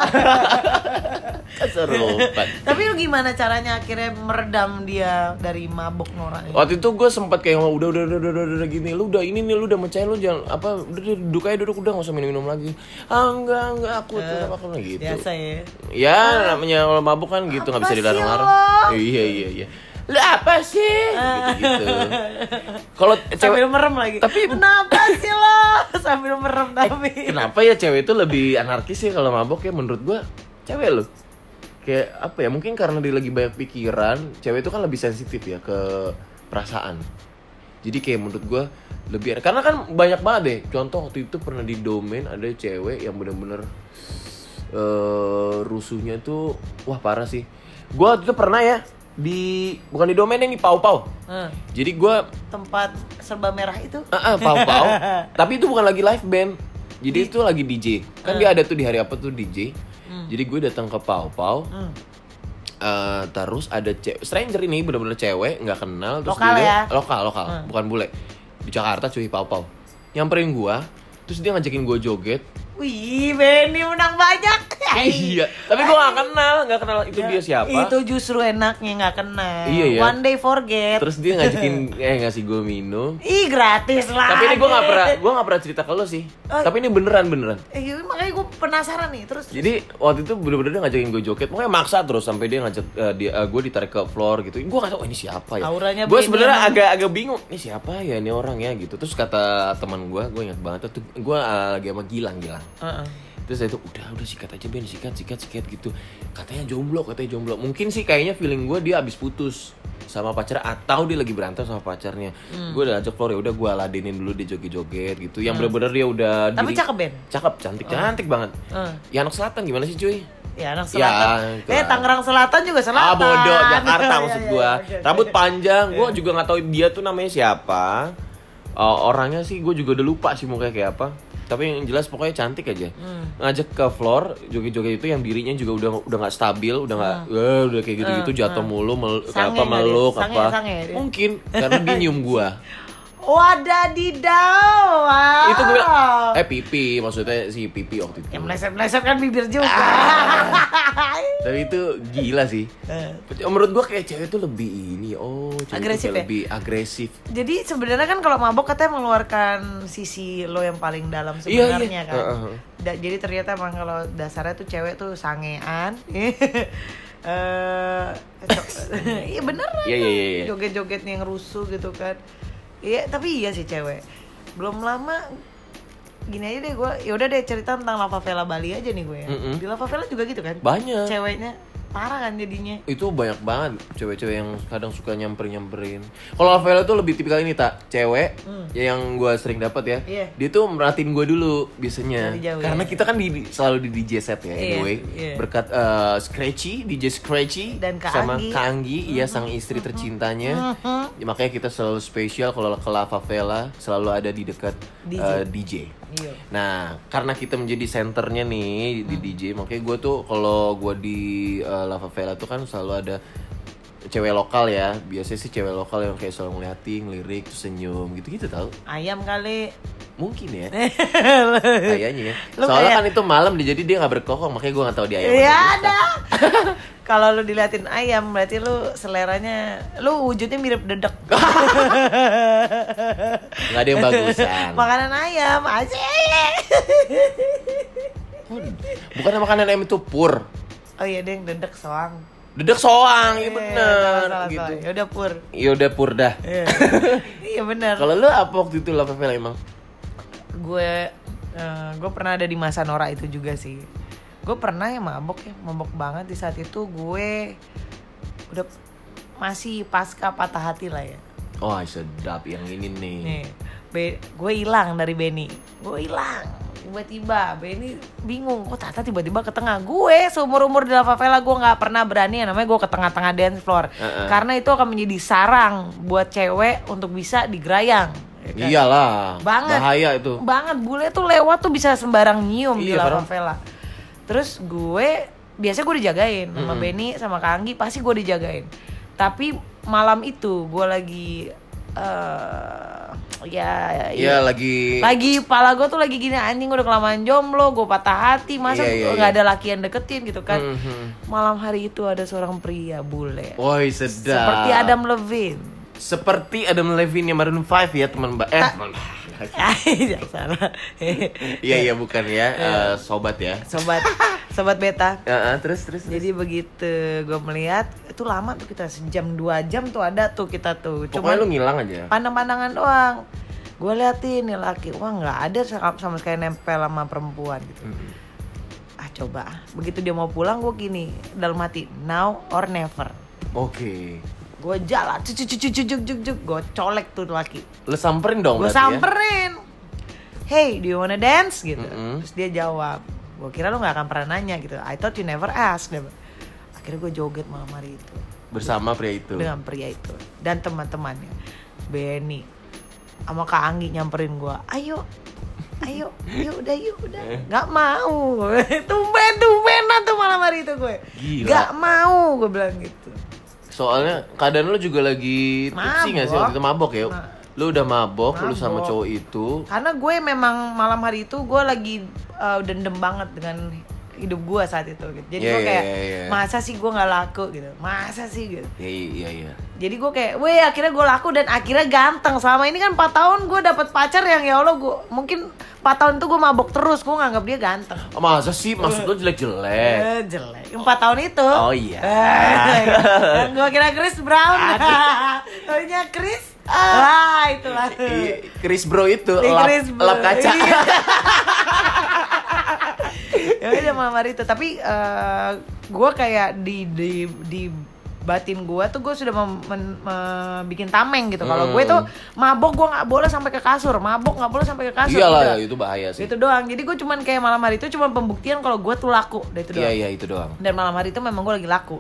Kesurupan. Tapi lu gimana caranya akhirnya meredam dia dari mabuk Nora ini? Waktu itu gue sempat kayak udah gini, lu udah ini nih, lu udah mecahin, lu jangan apa, udah duduk udah, nggak usah minum lagi. Enggak aku tetap akan gitu. Biasa ya. Ya namanya kalau mabuk kan gitu, nggak bisa dilarang-larang. Iya. Lu apa sih? Gitu. Kalau sambil merem lagi. Tapi kenapa sih lo? Sambil merem tapi. Kenapa ya cewek itu lebih anarkis sih kalau mabok ya, menurut gua cewek lo. Kayak apa ya? Mungkin karena dia lagi banyak pikiran, cewek itu kan lebih sensitif ya ke perasaan. Jadi kayak menurut gue lebih enak. Karena kan banyak banget deh. Contoh waktu itu pernah di domain ada cewek yang bener-bener rusuhnya tuh wah parah sih. Gue waktu itu pernah ya bukan di domain yang di Pau-Pau. Jadi gue tempat serba merah itu. Pau-Pau. Tapi itu bukan lagi live band. Jadi itu lagi DJ. Kan dia ada tuh di hari apa tuh DJ. Jadi gue datang ke Pau-Pau. Terus ada stranger ini bener-bener cewek nggak kenal terus lokal dia ya? lokal bukan bule di Jakarta cuy Pau-Pau nyamperin gua terus dia ngajakin gua joget. Wih, Benny menang banyak. Iya, tapi gua nggak kenal itu dia siapa. Itu justru enaknya nggak kenal. Iya, ya. One day forget. Terus dia ngajakin ngasih gua minum. Ih, gratis lah. Tapi ini gua nggak pernah cerita ke lo sih. Tapi ini beneran. Makanya gue penasaran nih terus. Jadi waktu itu bener-bener dia ngajakin gue joget, makanya maksa terus sampai dia ngajak gue ditarik ke floor gitu. Gue nggak tahu ini siapa ya. Gue sebenarnya agak bingung, ini siapa ya ini orang ya gitu. Terus kata teman gue ingat banget tuh gue lagi sama Gilang. Terus saya tuh udah sikat aja Ben, sikat gitu. Katanya jomblo. Mungkin sih kayaknya feeling gue dia abis putus sama pacarnya atau dia lagi berantem sama pacarnya. Gue udah ajak floor ya udah gue ladenin dulu dia joget-joget gitu. Yang bener-bener dia udah tapi cakep Ben. Cakep, cantik banget. Ya anak selatan gimana sih cuy? Ya anak selatan. Tangerang Selatan juga selatan. Bodoh, Jakarta maksud gue. Rambut panjang, gue juga nggak tahu dia tuh namanya siapa. Orangnya sih gue juga udah lupa sih mukanya kayak apa. Tapi yang jelas pokoknya cantik aja. Ngajak ke floor joget-joget itu yang dirinya juga udah nggak stabil, udah kayak gitu-gitu jatuh mulu meluk apa. Mungkin karena dia nyium gua. Wadadidaw. Itu gue pipi maksudnya si pipi waktu itu. Yang meleset-meleset kan bibir juga. Tapi itu gila sih. Menurut gua kayak cewek tuh lebih ini. Cewek agresif ya? Lebih agresif. Jadi sebenarnya kan kalau mabok katanya mengeluarkan sisi lo yang paling dalam sebenarnya kan. Jadi ternyata emang kalau dasarnya tuh cewek tuh sangean. Iya beneran. Iya. Joget-joget yang rusuh gitu kan. Iya, tapi iya sih cewek. Belum lama gini aja deh gue, ya udah deh cerita tentang Lava Vela Bali aja nih gue ya. Di Lava Vela juga gitu kan? Banyak. Ceweknya parah kan jadinya. Itu banyak banget cewek-cewek yang kadang suka nyamperin. Kalau Lava Vela tuh lebih tipikal ini cewek yang gue sering dapat ya. Dia tuh merhatiin gue dulu biasanya. Jauh, karena kita kan selalu di DJ set ya anyway. Berkat DJ Scratchy dan sama Kak Anggi, sang istri tercintanya. Makanya kita selalu spesial kalau ke Lava Vela selalu ada di dekat DJ. Nah, karena kita menjadi senternya nih di DJ, makanya gue tuh kalau gue di Lava Vela tuh kan selalu ada cewek lokal ya. Biasanya sih cewek lokal yang kayak selalu ngeliatin, ngelirik, terus senyum gitu-gitu tau. Ayam kali. Mungkin ya. Kayaknya ya. Soalnya kan itu malam jadi dia gak berkokong, makanya gue gak tahu dia ayam. Iya ada. Kalau lu diliatin ayam berarti lu seleranya, lu wujudnya mirip dedek. Gak ada yang bagusan. Makanan ayam aja. Bukan makanan ayam itu pur. Oh iya deh, dedek soang. Dedek soang, iya bener gitu. Ya udah pur dah. Iya bener. Kalau lu apa waktu itu Lava Vela emang? Gue pernah ada di masa Nora itu juga sih. Gue pernah ya mabok banget di saat itu. Gue udah masih pasca patah hati lah ya. Oh sedap yang ini nih. Gue hilang dari Benny. Tiba-tiba Benny bingung, kok Tata tiba-tiba ke tengah. Gue seumur-umur di Lava Vela gue gak pernah berani yang namanya gue ke tengah-tengah dance floor. Karena itu akan menjadi sarang buat cewek untuk bisa digerayang ya kan? Iyalah, banget, bahaya itu. Banget, bule tuh lewat tuh bisa sembarang nyium di Lava Vela. Terus biasanya gue dijagain sama Benny sama Kak Anggi, pasti gue dijagain. Tapi malam itu gue lagi lagi pala gue tuh lagi gini, anjing udah kelamaan jomblo, gue patah hati, masa nggak ada laki yang deketin gitu kan. Malam hari itu ada seorang pria bule. Woi sedap. Seperti Adam Levine. Seperti Adam Levine yang Maroon 5 ya teman teman. Jangan salah. Iya bukan ya, sobat ya. Sobat beta. Terus. Jadi begitu gue melihat itu lama tuh, kita sejam 2 jam tuh ada tuh kita tuh. Pokoknya lu ngilang aja. Pandang-pandangan doang. Gue liatin nih laki, wah nggak ada sama sekali nempel sama perempuan gitu. Coba. Begitu dia mau pulang gue gini dalam hati, now or never. Oke. Gue jalan, cucuk, gue colek tuh laki. Lu samperin dong Gue berarti samperin. Hey, do you wanna dance? Gitu. Terus dia jawab, gue kira lu gak akan pernah nanya gitu. I thought you never ask. Akhirnya gue joget malam hari itu. Bersama pria itu. Dengan pria itu. Dan teman-temannya. Benny. Sama Kak Anggi nyamperin gue. Ayo, udah. Gak mau. Tumben-tumbenan tuh malam hari itu gue. Gila. Gak mau, gue bilang gitu. Soalnya keadaan lu juga lagi tipsi gak sih waktu itu, mabok ya? Lu udah mabok, lu sama cowok itu. Karena gue memang malam hari itu gue lagi dendam banget dengan hidup gue saat itu gitu. Jadi gue kayak masa sih gue gak laku gitu. Masa sih gitu. Iya. Jadi gue kayak, akhirnya gue laku dan akhirnya ganteng. Selama ini kan 4 tahun gue dapet pacar yang ya Allah gue mungkin 4 tahun itu gue mabok terus, gue nganggap dia ganteng. Masa sih? Maksud lu jelek-jelek? Jelek. 4 tahun itu. Oh iya. Yang gue kira Chris Brown. Taunya Chris. Itulah. Chris Bro itu lap kaca. Iya. Ya udah malam hari itu. Tapi gue kayak di batin gue tuh gue sudah bikin tameng gitu. Kalau gue tuh mabok gue nggak boleh sampai ke kasur, Iyalah, itu bahaya sih. Itu doang. Jadi gue cuman kayak malam hari itu cuma pembuktian kalau gue tuh laku. Itu doang. Iya itu doang. Dan malam hari itu memang gue lagi laku.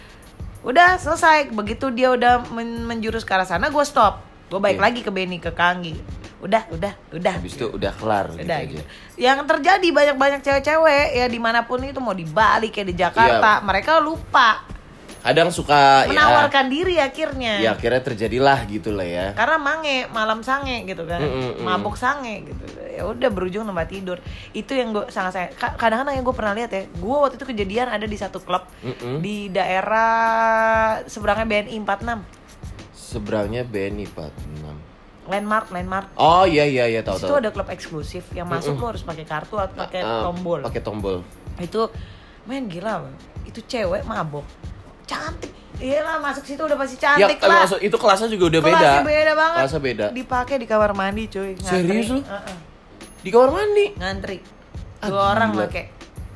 Udah selesai. Begitu dia udah menjurus ke arah sana, gue stop. Gue balik lagi ke Benny, ke Kanggi. Udah. Habis itu udah kelar udah, gitu aja. Yang terjadi banyak cewek-cewek ya dimanapun itu, mau di Bali kayak di Jakarta, mereka lupa. Kadang suka menawarkan diri akhirnya. Ya akhirnya terjadilah gitu lah ya. Karena malam sange gitu kan. Mabuk sange gitu. Ya udah berujung tempat tidur. Itu yang gue sangat kadang-kadang yang gue pernah lihat ya. Gue waktu itu kejadian ada di satu klub di daerah seberangnya BNI 46. Seberangnya BNI 46. Landmark. Oh iya tahu. Itu ada klub eksklusif yang masuk lo harus pakai kartu atau pakai tombol. Pakai tombol. Itu gila. Itu cewek mabok. Cantik. Iyalah masuk situ udah pasti cantik ya, lah. Itu kelasnya juga udah Kelasnya beda banget. Kelasnya beda. Dipakai di kamar mandi cuy. Ngantri. Serius lu? Di kamar mandi? Ngantri. 2 orang pakai.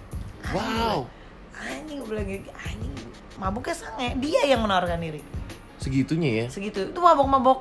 Wow. Anjing gue bilang gitu. Anjing. Mabuknya sange. Dia yang menawarkan diri. Segitunya ya? Segitu. Itu mabok-mabok.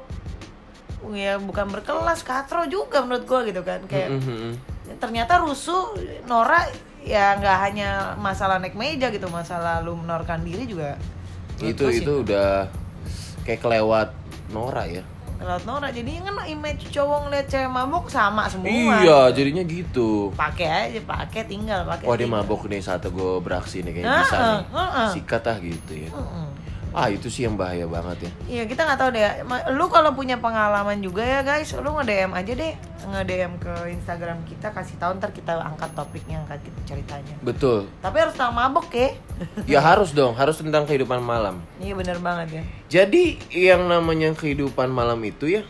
Ya bukan berkelas, katro juga menurut gue gitu kan. Kayak ternyata rusuh Nora. Ya nggak hanya masalah naik meja gitu, masalah lu menawarkan diri juga. Itu udah kayak kelewat Nora ya. Kelewat Nora, jadi kan image cowok ngeliat cewek mabok sama semua. Iya, jadinya gitu. Pakai tinggal. Wah dia mabok nih saat gue beraksi nih kayaknya bisa nih. Sikat gitu ya. Itu sih yang bahaya banget ya. Iya kita nggak tahu deh. Lu kalau punya pengalaman juga ya guys, lu nge-DM aja deh, nge-DM ke Instagram kita, kasih tahu ntar kita angkat topiknya, angkat kita ceritanya. Betul. Tapi harus tentang mabok ya. Ya harus dong, harus tentang kehidupan malam. Iya benar banget ya. Jadi yang namanya kehidupan malam itu ya,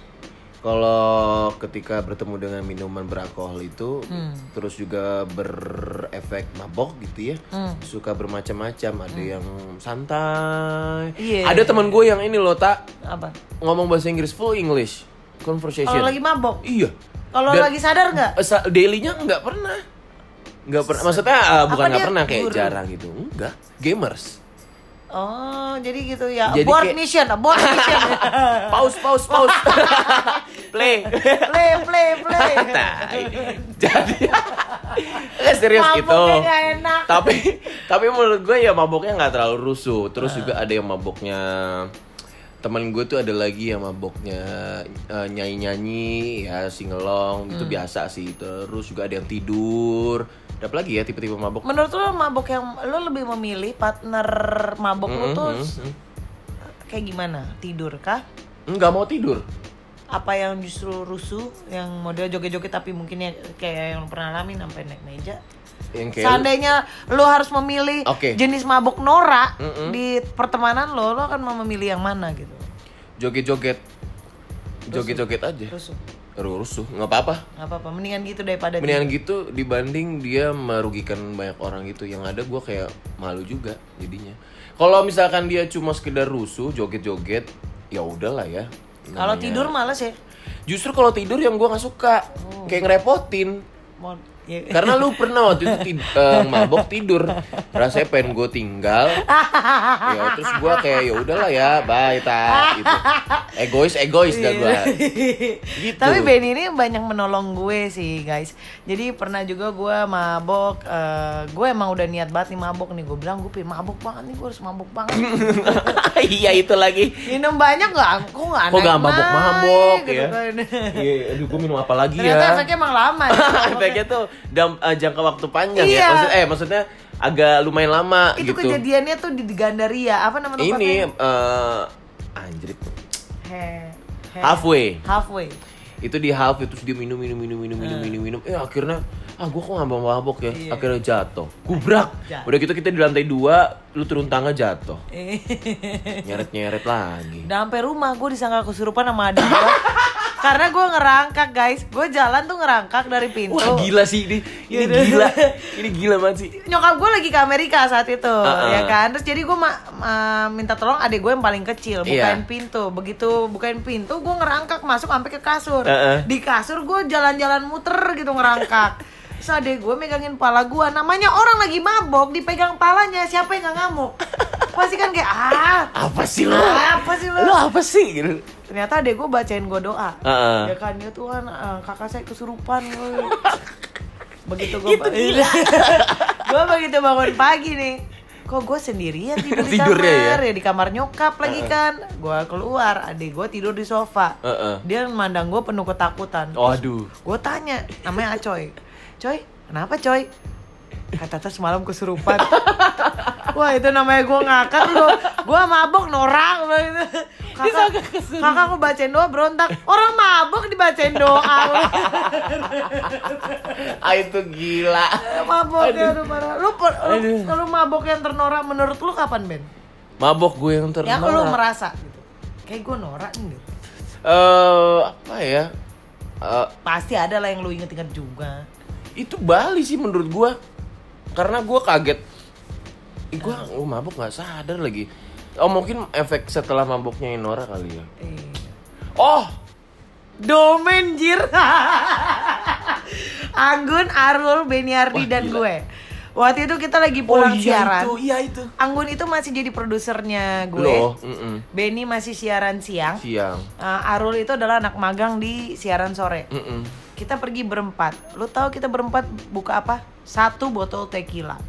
kalau ketika bertemu dengan minuman beralkohol itu, terus juga berefek mabok gitu ya, suka bermacam-macam. Ada yang santai. Ada teman gue yang ini loh Apa? Ngomong bahasa Inggris full English conversation. Kalau lagi mabok? Iya. Kalau lagi sadar nggak? Dailynya nggak pernah. Maksudnya bukan nggak pernah, kayak jarang gitu. Enggak. Gamers. Oh, jadi gitu ya. Jadi abort mission. Pause. Play. Jadi serius gitu. Maboknya enak. Tapi menurut gue ya maboknya nggak terlalu rusuh. Terus juga ada yang maboknya, temen gue tuh ada lagi yang maboknya nyanyi ya, singelong itu biasa sih. Terus juga ada yang tidur. Ada apa lagi ya tipe-tipe mabok? Menurut lo mabok yang lo lebih memilih partner mabok lo tuh kayak gimana? Tidur kah? Nggak mau tidur. Apa yang justru rusuh, yang model joget-joget tapi mungkin ya kayak yang lo pernah alami sampai naik meja? Seandainya lo harus memilih jenis mabok Nora di pertemanan lo akan memilih yang mana gitu? Joget-joget aja. Rusuh, nggak apa-apa. Mendingan gitu daripada gitu dibanding dia merugikan banyak orang gitu. Yang ada gue kayak malu juga jadinya. Kalau misalkan dia cuma sekedar rusuh, joget-joget, ya udahlah ya. Kalau tidur males ya. Justru kalau tidur yang gue nggak suka, kayak ngerepotin. Karena lu pernah waktu itu mabok tidur, rasanya pengen gue tinggal. Ya terus gue kayak ya udahlah ya, bye gitu. Egois dah gue. Gitu. Tapi Benny ini banyak menolong gue sih guys. Jadi pernah juga gue mabok, gue emang udah niat banget nih mabok nih. Gue bilang gue pengen mabok banget nih, gue harus mabok banget. Iya itu lagi. Minum banyak nggak? Kok nggak mabok gitu ya? kan. Iya, aduh gue minum apa lagi ya? Ternyata efeknya emang lama. Efeknya tuh jangka waktu panjang iya. ya. Maksudnya agak lumayan lama itu gitu. Itu kejadiannya tuh di Gandaria. Apa nama tempatnya? Ini anjrit. Halfway. Itu di half terus dia minum. Akhirnya gue kok nggak mabok ya. Iya. Akhirnya jatuh. Gubrak. Udah gitu kita di lantai 2, lu turun tangga jatuh. Nyeret lagi. Udah sampai rumah gue disangka kesurupan sama adik gue. Karena gue ngerangkak guys. Gue jalan tuh ngerangkak dari pintu. Wah gila sih ini gila. Ini gila banget sih. Nyokap gue lagi ke Amerika saat itu, ya kan. Terus jadi gue minta tolong adik gue yang paling kecil bukain pintu. Begitu bukain pintu, gue ngerangkak masuk sampai ke kasur. Di kasur gue jalan-jalan muter gitu ngerangkak. Terus adik gue megangin pala gue. Namanya orang lagi mabok, dipegang palanya, siapa yang gak ngamuk? Pasti kan kayak apa sih lo? Lo apa sih gitu. Ternyata adek gue bacain gue doa. Ya kan, ya Tuhan, kakak saya kesurupan. Begitu gue gue begitu bangun pagi nih, kok gue sendirian tidur di kamar ya di kamar nyokap lagi kan. Gue keluar, adek gue tidur di sofa. Dia mandang gue penuh ketakutan. Aduh. Gue tanya, namanya Acoy. Coy, kenapa Coy? Kata Tata semalam kesurupan. Wah itu namanya gue ngakak loh. Gue mabok norang gitu. Kakak aku bacain doa berontak. Orang mabok dibacain doa. Itu gila. Mabok ya aduh parah. Lu mabok yang ternorak menurut lu kapan Ben? Mabok gue yang ternorak. Yang lu merasa gitu. Kayak gue norak nih. Apa ya? Pasti ada lah yang lu inget-inget juga. Itu Bali sih menurut gue. Karena gue kaget. Gue mabok gak sadar lagi. Oh mungkin efek setelah maboknya Inora kali ya. Oh Domain jir. Anggun, Arul, Beniardi dan gila. gue. Waktu itu kita lagi pulang siaran. Iya itu. Anggun itu masih jadi produsernya gue. Loh, Beni masih siaran siang. Arul itu adalah anak magang di siaran sore. Kita pergi berempat. Lu tahu kita berempat buka apa? 1 botol tequila.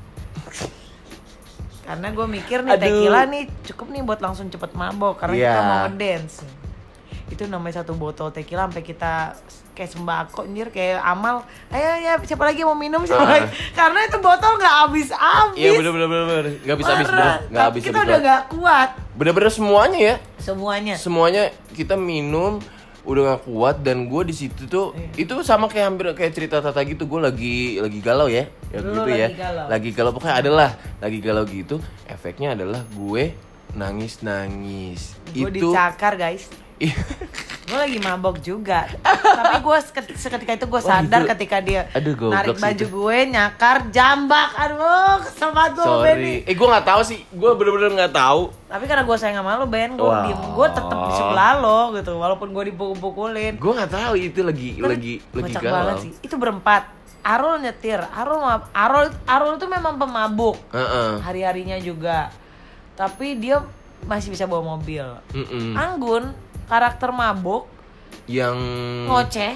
Karena gue mikir nih tequila nih cukup nih buat langsung cepet mabok. Karena kita mau ngedance. Itu namanya 1 botol tequila sampai kita kayak sembako anjir, kayak amal. Ayo ya siapa lagi mau minum siapa lagi. Karena itu botol gak habis-habis. Iya bener. Gak habis-habis bener. Gak habis-habis. Kita udah gak kuat. Bener-bener semuanya ya. Semuanya kita minum udah gak kuat. Dan gue di situ tuh itu sama kayak hampir kayak cerita Tata gitu. Gue lagi galau ya. Lagi galau pokoknya adalah lagi galau gitu. Efeknya adalah gue nangis. Gue dicakar guys. Gue lagi mabok juga. Tapi gue seketika itu gue sadar ketika dia narik baju gue, nyakar, jambak. Aduh, kesel banget gue Benny. Gue gak tahu sih. Gue bener-bener gak tahu. Tapi karena gue sayang sama lo Ben, gue diem. Gue tetep di sebelah lo gitu. Walaupun gue dipukul-pukulin. Gue gak tahu itu lagi kocak galau banget sih. Itu berempat. Arul nyetir. Arul itu memang pemabuk. Hari-harinya juga. Tapi dia masih bisa bawa mobil. Anggun karakter mabuk yang ngoceh,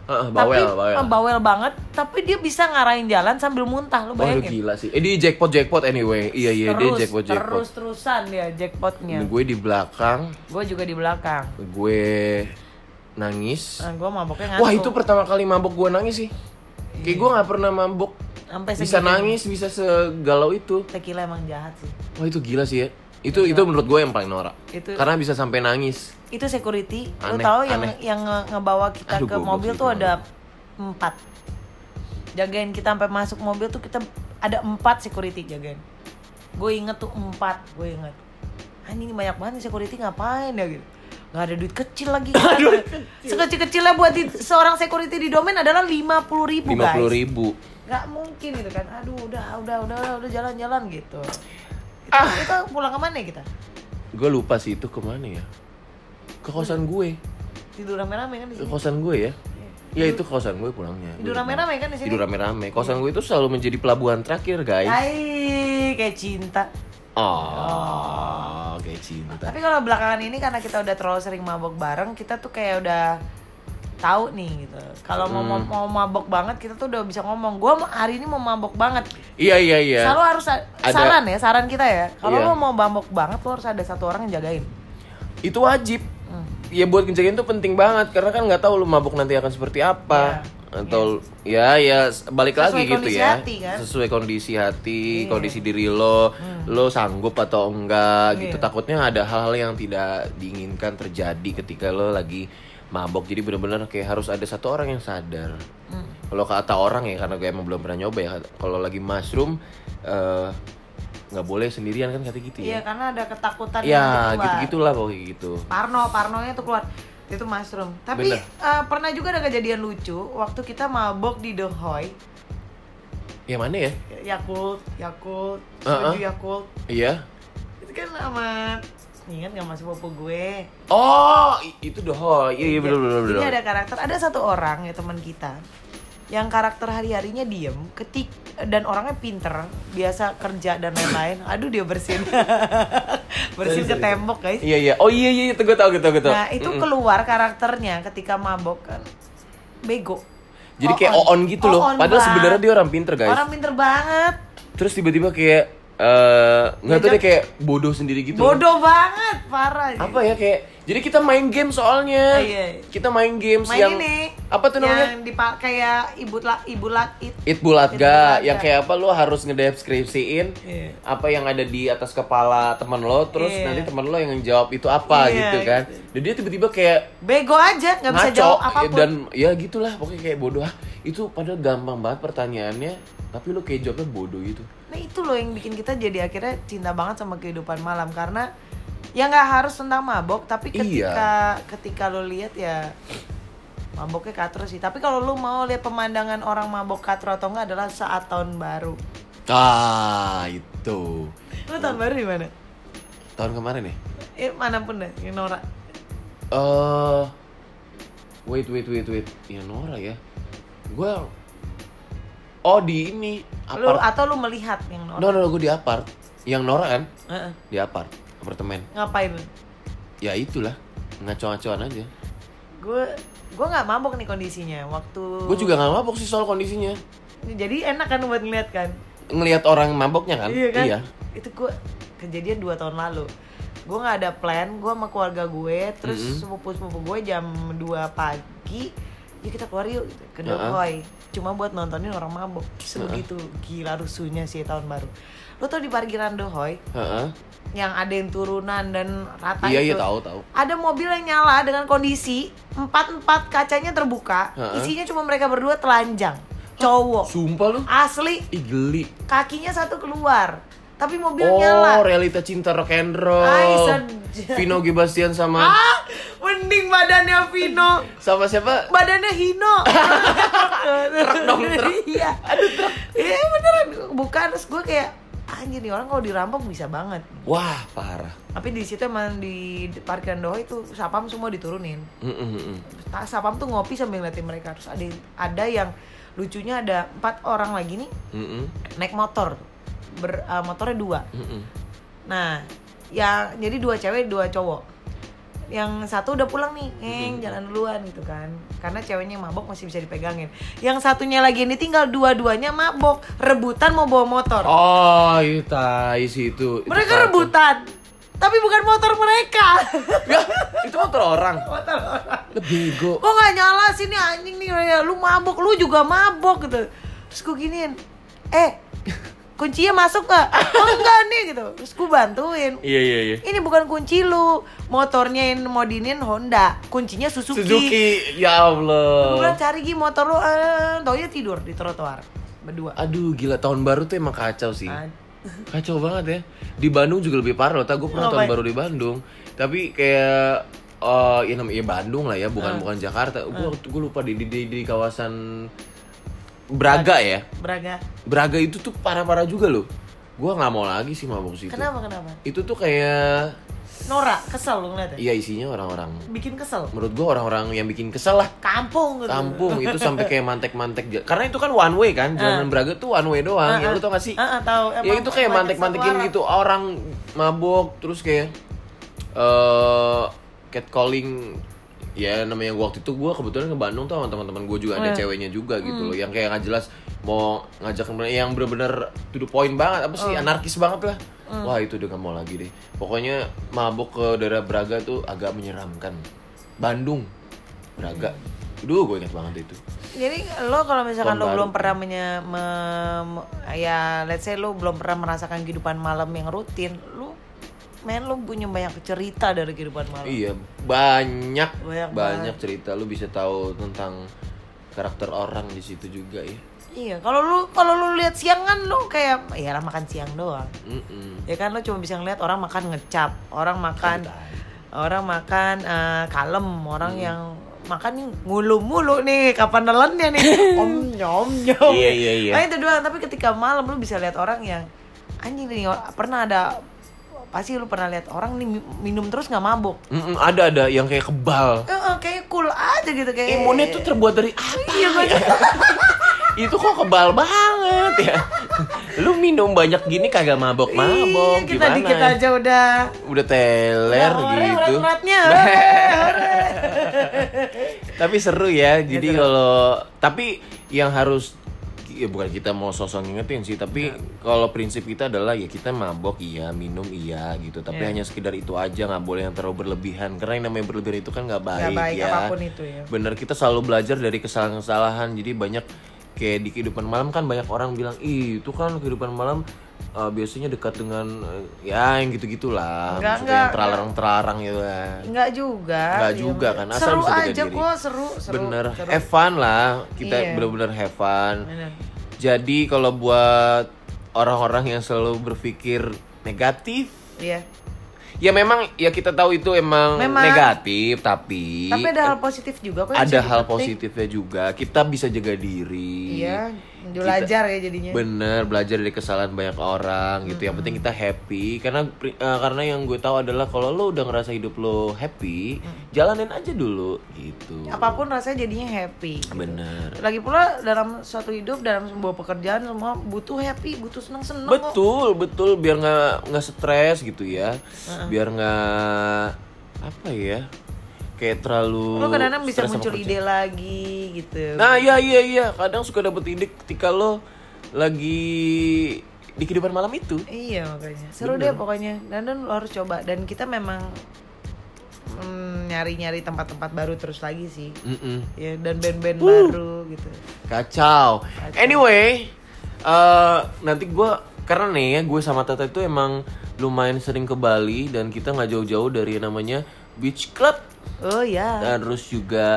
bawel banget, tapi dia bisa ngarahin jalan sambil muntah, lu bayangin. Gila sih. Dia jackpot anyway. Iya dia jackpot. Terus-terusan dia jackpotnya. Gue di belakang. Gue juga di belakang. Gue nangis. Gue maboknya ngantuk. Wah itu pertama kali mabok gue nangis sih. Kayak gue nggak pernah mabok. Sampai bisa nangis, bisa segalau itu. Tequila emang jahat sih. Wah itu gila sih ya. Itu menurut gue yang paling norak. Karena bisa sampai nangis. Itu security. Lu tahu yang ngebawa kita ke mobil tuh ada 4. Jagain kita sampai masuk mobil tuh kita ada 4 security jagain. Gue inget tuh 4, gue inget. Anjing banyak banget security ngapain ya gitu. Gak ada duit kecil lagi kan. Sekecil-kecilnya buat seorang security di Domain adalah 50.000 guys. 50.000. Gak mungkin gitu kan. Aduh udah jalan-jalan gitu. Kita pulang kemana ya kita? Gue lupa sih itu kemana ya. Ke kosan gue. Tidur rame-rame kan di sini. Ke kosan gue ya. Ya itu kosan gue pulangnya. Tidur rame-rame kan di sini? Tidur rame-rame. Kosan gue itu selalu menjadi pelabuhan terakhir, guys. Hai, kayak cinta. Oh, kayak cinta. Tapi kalau belakangan ini karena kita udah terlalu sering mabok bareng, kita tuh kayak udah tahu nih gitu. Kalau mau mabok banget kita tuh udah bisa ngomong. Gua hari ini mau mabok banget. Iya. Selalu harus saran kita ya. Kalau Iya. lo mau mabok banget lo harus ada satu orang yang jagain. Itu wajib. Ya buat ngejagain tuh penting banget karena kan nggak tahu lu mabuk nanti akan seperti apa. Atau ya balik Sesuai lagi gitu kondisi ya. hati, kan? Sesuai kondisi hati, kondisi diri lo sanggup atau enggak gitu. Takutnya ada hal-hal yang tidak diinginkan terjadi ketika lo lagi mabok. Jadi benar-benar kayak harus ada satu orang yang sadar. Kalau kata orang ya, karena gue emang belum pernah nyoba ya, kalau lagi mushroom nggak boleh sendirian kan, kata gitu ya. Iya, karena ada ketakutan Ya yang keluar. gitu-gitulah pokoknya gitu. Parnonya tuh keluar. Itu mushroom. Tapi pernah juga ada kejadian lucu waktu kita mabok di The Hoy. Yang mana ya? Yakult, soju Yakult. Iya. Itu kan sama ingat nggak masih sepupu gue. Oh, itu doh. Iya benar. Ini ada karakter, ada satu orang ya teman kita yang karakter hari-harinya diem, dan orangnya pinter, biasa kerja dan lain-lain. Aduh dia bersin ke tembok guys. Iya. Oh iya itu gue tahu. Nah itu keluar karakternya ketika mabok kan bego. Jadi kayak on gitu loh. Padahal sebenarnya dia orang pinter guys. Orang pinter banget. Terus tiba-tiba kayak nggak tahu dia kayak bodoh sendiri gitu. Bodoh banget, parah. Apa ya kayak? Jadi kita main game soalnya. Iya. Kita main games Main yang ini, apa tuh namanya? Yang kayak Itbulatga yang kayak apa, lo harus ngedeskripsiin apa yang ada di atas kepala teman lo, terus nanti teman lo yang jawab itu apa gitu kan. Dan dia tiba-tiba kayak bego aja, nggak bisa ngaco, jawab apapun. dan ya gitulah pokoknya kayak bodoh. Itu padahal gampang banget pertanyaannya, tapi lo kayak jawabnya bodoh gitu. Nah itu loh yang bikin kita jadi akhirnya cinta banget sama kehidupan malam, karena ya nggak harus tentang mabok, tapi ketika lo lihat ya maboknya katro sih. Tapi kalau lo mau lihat pemandangan orang mabok katro atau enggak adalah saat tahun baru. Itu. Lo tahun baru di mana? Tahun kemarin ya? Manapun deh, yang Nora. Wait. Ya Nora ya. Gua di ini Atau lu melihat yang Nora? No, gue di apart. Yang Nora kan? Di apartemen. Ngapain? Ya itulah, ngaco-ngacoan aja. Gue nggak mabok nih kondisinya waktu. Gue juga nggak mabok sih soal kondisinya. Jadi enak kan buat ngeliat kan? Ngelihat orang maboknya kan? Iya kan? Iya. Itu gue kejadian 2 tahun lalu. Gue nggak ada plan, gue sama keluarga gue, terus sepupu gue jam 2 pagi, yuk kita keluar yuk gitu, ke The Hoy. Cuma buat nontonin orang mabok. Sebegitu gila rusuhnya sih tahun baru. Lo tau di parkiran The Hoy? Yang ada yang turunan dan rata itu. Iya tahu. Ada mobil yang nyala dengan kondisi 4 kacanya terbuka, isinya cuma mereka berdua telanjang, cowok. Sumpah lu? Asli. Ih geli. Kakinya satu keluar, tapi mobil nyala. Oh, realita cinta rock and roll. Vino Gebastian sama. Mending badannya Vino. Sama siapa? Badannya Hino. Truk dong, truk. Iya. Aduh truk. Iya beneran. Bukan, terus gue kayak anjir nih orang kalau dirampok bisa banget. Wah parah. Tapi di situ emang di parkiran doa itu sapam semua diturunin. Sapam tuh ngopi sambil ngeliatin mereka. Terus ada yang lucunya ada 4 orang lagi nih naik motor. Motornya 2. Nah, yang jadi 2 cewek 2 cowok. Yang satu udah pulang nih, jalan duluan gitu kan. Karena ceweknya mabok masih bisa dipegangin. Yang satunya lagi ini tinggal dua-duanya mabok, rebutan mau bawa motor. Oh, itu situ. Mereka rebutan. Tapi bukan motor mereka. Ya, itu motor orang. Motor orang. Lebih bego. Kok nggak nyala sih nih anjing nih, lu mabok, lu juga mabok gitu. Terus gue giniin, kuncinya masuk gak? Oh enggak nih gitu. Terus gue bantuin. Iya. Ini bukan kunci lu, motornya yang modinin Honda, kuncinya Suzuki. Ya Allah. Gue bilang cari motor lu, taunya tidur di trotoar berdua. Aduh gila, tahun baru tuh emang kacau sih. Kacau banget ya. Di Bandung juga lebih parah loh. Gue pernah tahun baru di Bandung. Tapi kayak ya namanya Bandung lah ya, bukan Jakarta. Gue lupa di kawasan Braga ya. Braga itu tuh parah-parah juga loh. Gue nggak mau lagi sih mabuk situ. Kenapa? Itu tuh kayak Nora, kesel lu ngeliatnya. Iya, isinya orang-orang. Bikin kesel. Menurut gua orang-orang yang bikin kesel lah. Kampung gitu. Kampung itu sampai kayak mantek-mantek. Karena itu kan one way kan, jalan Braga tuh one way doang. Ya lu tau gak sih? Tahu. Ya itu kayak mantek-mantekin gitu, orang mabok terus kayak catcalling. Ya namanya waktu itu gue kebetulan ke Bandung tuh sama teman-teman gue juga ada ceweknya juga gitu loh, yang kayak nggak jelas mau ngajak yang bener-bener to the point banget, apa sih, anarkis banget lah. Wah itu udah gak mau lagi deh. Pokoknya mabok ke daerah Braga tuh agak menyeramkan. Bandung, Braga, gue ingat banget itu. Jadi lo kalau misalkan lo Tahun belum baru. pernah ya let's say lo belum pernah merasakan kehidupan malam yang rutin, lo punya banyak cerita dari kehidupan malam. Iya, banyak banget. cerita. Lu bisa tahu tentang karakter orang di situ juga ya. Iya, kalau lu lihat siang kan lu kayak ya lah makan siang doang. Ya kan lo cuma bisa ngeliat orang makan ngecap, orang makan kalem, orang yang makan nih mulu nih, kapan nelennya nih. Nyom. Iya. Nah itu doang, tapi ketika malam lu bisa lihat orang yang anjing nih, pasti lu pernah lihat orang nih minum terus nggak mabuk. Ada yang kayak kebal. Kayak cool aja gitu, kayak Imunnya tuh terbuat dari apa? Iya, ya? Itu kok kebal banget ya. Lu minum banyak gini kagak mabok-mabok. Iya, kita gimana? dikit aja Udah teler gitu. Urat-uratnya. Tapi seru ya. Jadi tapi yang harus, ya bukan kita mau sosok ngingetin sih, tapi kalau prinsip kita adalah ya kita mabok iya, minum iya gitu, tapi hanya sekedar itu aja, nggak boleh yang terlalu berlebihan, karena yang namanya berlebihan itu kan nggak baik ya. Apapun itu ya. Bener, kita selalu belajar dari kesalahan-kesalahan. Jadi banyak kayak di kehidupan malam kan banyak orang bilang, ih itu kan kehidupan malam biasanya dekat dengan ya yang gitu-gitulah, maksudnya yang terlarang-terlarang gitu kan. Enggak juga Kan, asal seru bisa jaga aja diri. kok, seru. Bener, have fun lah, kita Iya. bener-bener have fun. Bener. Jadi kalau buat orang-orang yang selalu berpikir negatif, Iya. ya memang ya kita tahu itu emang Memang. negatif, tapi Ada hal positif juga kok yang ada bisa hal dipetik. positifnya juga. Kita bisa jaga diri. Iya, belajar ya jadinya. Bener, belajar dari kesalahan banyak orang gitu. Yang penting kita happy, karena yang gue tahu adalah kalau lo udah ngerasa hidup lo happy, jalanin aja dulu gitu. Apapun rasanya jadinya happy. Bener. Lagi pula dalam suatu hidup, dalam sebuah pekerjaan semua butuh happy, butuh seneng-seneng kok. Betul, biar nggak stres gitu ya, biar nggak apa ya, kayak terlalu. Lo kadang-kadang bisa stres sama muncul kerjaan. ide lagi gitu. Nah iya, kadang suka dapet ide ketika lo lagi di kehidupan malam itu. Iya makanya seru deh pokoknya, dan lo harus coba. Dan kita memang nyari-nyari tempat-tempat baru terus lagi sih. Ya, dan band-band baru gitu. Kacau. Anyway, nanti karena nih ya gue sama Tata itu emang lumayan sering ke Bali, dan kita nggak jauh-jauh dari yang namanya beach club. Oh ya. Dan terus juga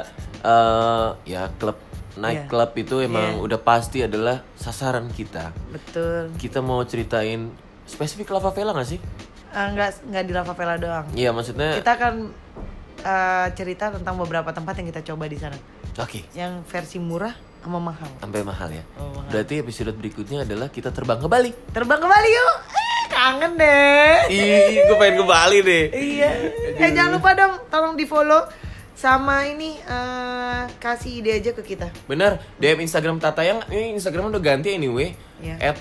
ya night club itu emang udah pasti adalah sasaran kita. Betul. Kita mau ceritain spesifik Lava Vela nggak sih? Nggak di Lava Vela doang. Iya, maksudnya. Kita akan cerita tentang beberapa tempat yang kita coba di sana. Oke. Yang versi murah sama mahal. Sampai mahal ya. Oh, mahal. Berarti episode berikutnya adalah kita terbang ke Bali. Terbang ke Bali yuk. Kangen deh. Ih, gue pengen ke Bali deh. Iya. Jangan lupa dong, tolong di follow sama ini kasih ide aja ke kita. Bener, DM Instagram Tatayang, ini Instagram udah ganti anyway. Iya.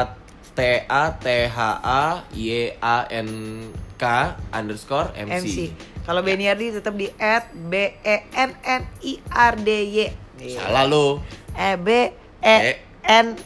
@TATHAYANK_MC. Kalau Beniardi tetap di @BENNIRDY. Salah lo. BENN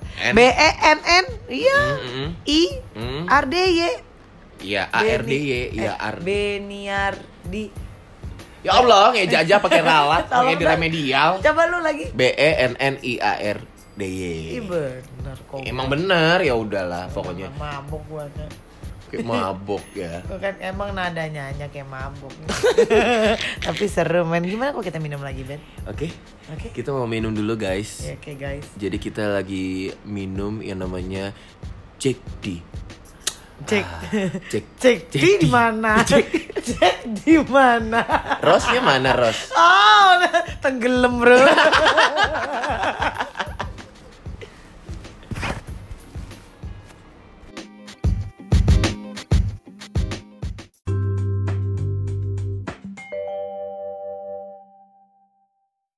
iya IRDY. Iya, ARDY, iya Beniardi. Ya Allah, ngeja aja pakai ralat, pakai Tolong di dah. remedial. Coba lu lagi. BENNIARDY. Bener kok. Emang bener, ya udahlah pokoknya. Mabuk gua. Kayak mabok ya. Kan emang nadanya hanya kayak mabuk. Tapi seru men. Gimana kalau kita minum lagi, Ben? Oke. Oke. Kita mau minum dulu guys. Ya, oke guys. Jadi kita lagi minum yang namanya Jack D. Cek. Jack Cek di mana? Cek di mana? Rosnya mana Ros? Oh, tenggelam, Bro.